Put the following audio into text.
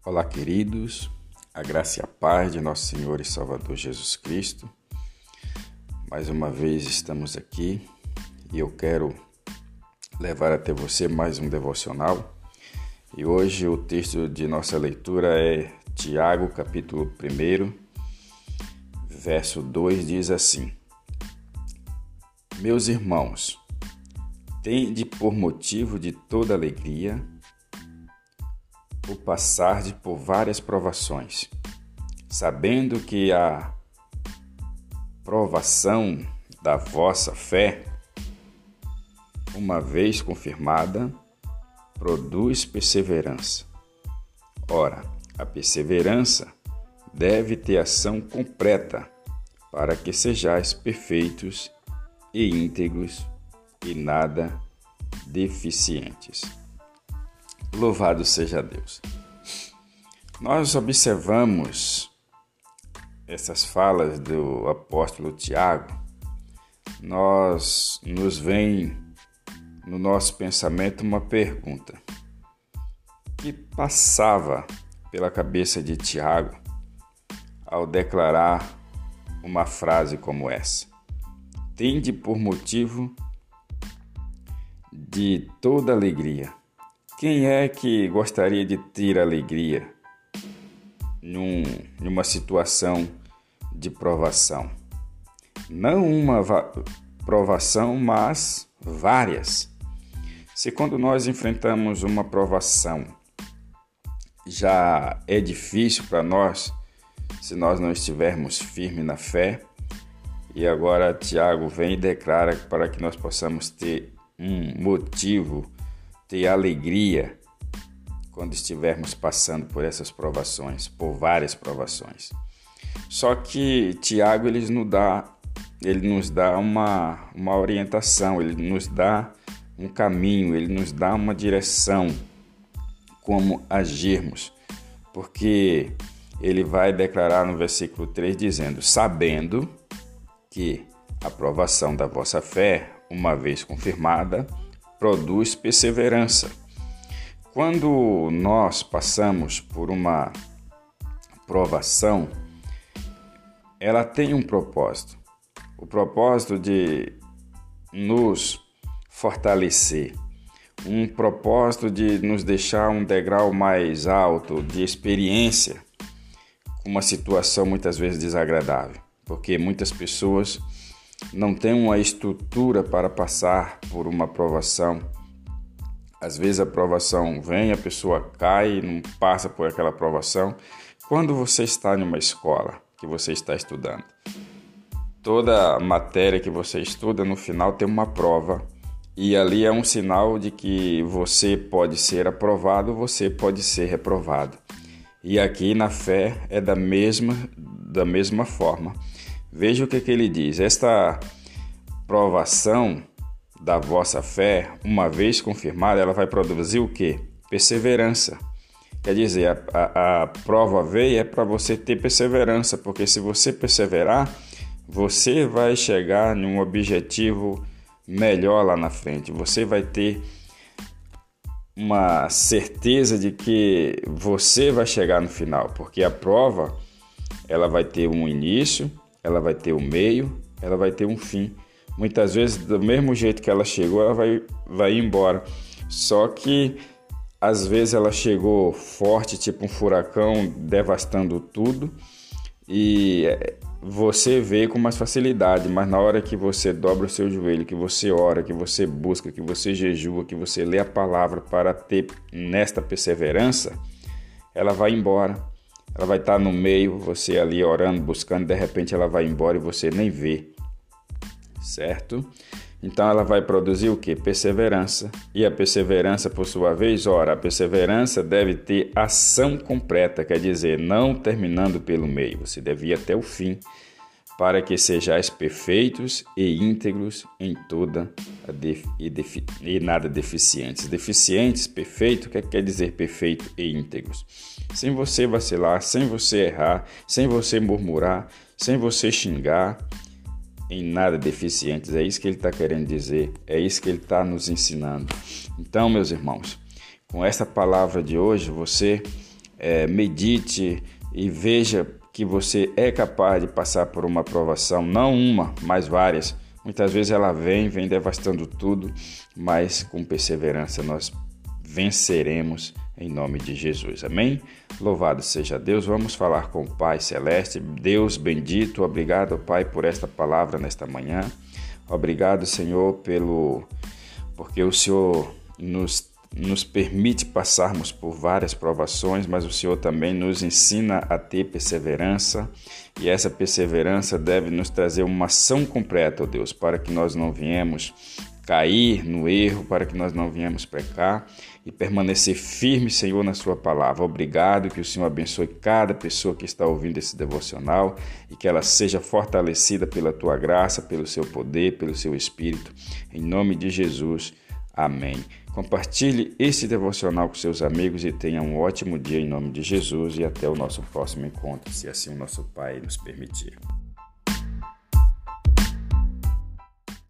Olá, queridos, a graça e a paz de nosso Senhor e Salvador Jesus Cristo. Mais uma vez estamos aqui e eu quero levar até você mais um devocional. E hoje o texto de nossa leitura é Tiago, capítulo 1, verso 2, diz assim: Meus irmãos, tende por motivo de toda alegria o passarde por várias provações, sabendo que a provação da vossa fé, uma vez confirmada, produz perseverança. Ora, a perseverança deve ter ação completa, para que sejais perfeitos e íntegros e nada deficientes. Louvado seja Deus. Nós observamos essas falas do apóstolo Tiago, nos vem no nosso pensamento uma pergunta que passava pela cabeça de Tiago ao declarar uma frase como essa: tende por motivo de toda alegria. Quem é que gostaria de ter alegria numa situação de provação? Não uma provação, mas várias. Se quando nós enfrentamos uma provação já é difícil para nós, se nós não estivermos firmes na fé, e agora Tiago vem e declara para que nós possamos ter um motivo, ter alegria quando estivermos passando por essas provações, por várias provações. Só que Tiago ele nos dá uma orientação, ele nos dá um caminho, ele nos dá uma direção como agirmos, porque ele vai declarar no versículo 3 dizendo: sabendo que a provação da vossa fé, uma vez confirmada, produz perseverança. Quando nós passamos por uma provação, ela tem um propósito. O propósito de nos fortalecer, um propósito de nos deixar um degrau mais alto de experiência com uma situação muitas vezes desagradável, porque muitas pessoas não têm uma estrutura para passar por uma provação. Às vezes a provação vem, a pessoa cai e não passa por aquela provação. Quando você está em uma escola que você está estudando, toda matéria que você estuda, no final tem uma prova, e ali é um sinal de que você pode ser aprovado, você pode ser reprovado. E aqui na fé é da mesma forma. Veja o que ele diz: esta provação da vossa fé, uma vez confirmada, ela vai produzir o quê? Perseverança. Quer dizer, a prova veio é para você ter perseverança, porque se você perseverar, você vai chegar num objetivo melhor lá na frente. Você vai ter uma certeza de que você vai chegar no final, porque a prova ela vai ter um início, ela vai ter um meio, ela vai ter um fim. Muitas vezes, do mesmo jeito que ela chegou, ela vai embora. Só que, às vezes, ela chegou forte, tipo um furacão, devastando tudo, e você vê com mais facilidade. Mas na hora que você dobra o seu joelho, que você ora, que você busca, que você jejua, que você lê a palavra para ter nesta perseverança, ela vai embora. Ela vai estar no meio, você ali orando, buscando, de repente ela vai embora e você nem vê, certo? Então ela vai produzir o quê? Perseverança. E a perseverança, por sua vez, a perseverança deve ter ação completa, quer dizer, não terminando pelo meio, você deve ir até o fim, para que sejais perfeitos e íntegros em toda e nada deficientes. Deficientes, perfeito, o que quer dizer perfeito e íntegros? Sem você vacilar, sem você errar, sem você murmurar, sem você xingar, em nada deficientes. É isso que ele está querendo dizer, é isso que ele está nos ensinando. Então, meus irmãos, com essa palavra de hoje, você medite e veja que você é capaz de passar por uma provação, não uma, mas várias. Muitas vezes ela vem devastando tudo, mas com perseverança nós venceremos em nome de Jesus. Amém? Louvado seja Deus. Vamos falar com o Pai Celeste. Deus bendito, obrigado, Pai, por esta palavra nesta manhã. Obrigado, Senhor, porque o Senhor nos permite passarmos por várias provações, mas o Senhor também nos ensina a ter perseverança, e essa perseverança deve nos trazer uma ação completa, ó Deus, para que nós não viemos cair no erro, para que nós não viemos pecar e permanecer firme, Senhor, na sua palavra. Obrigado, que o Senhor abençoe cada pessoa que está ouvindo esse devocional e que ela seja fortalecida pela tua graça, pelo seu poder, pelo seu Espírito. Em nome de Jesus. Amém. Compartilhe esse devocional com seus amigos e tenha um ótimo dia em nome de Jesus, e até o nosso próximo encontro, se assim o nosso Pai nos permitir.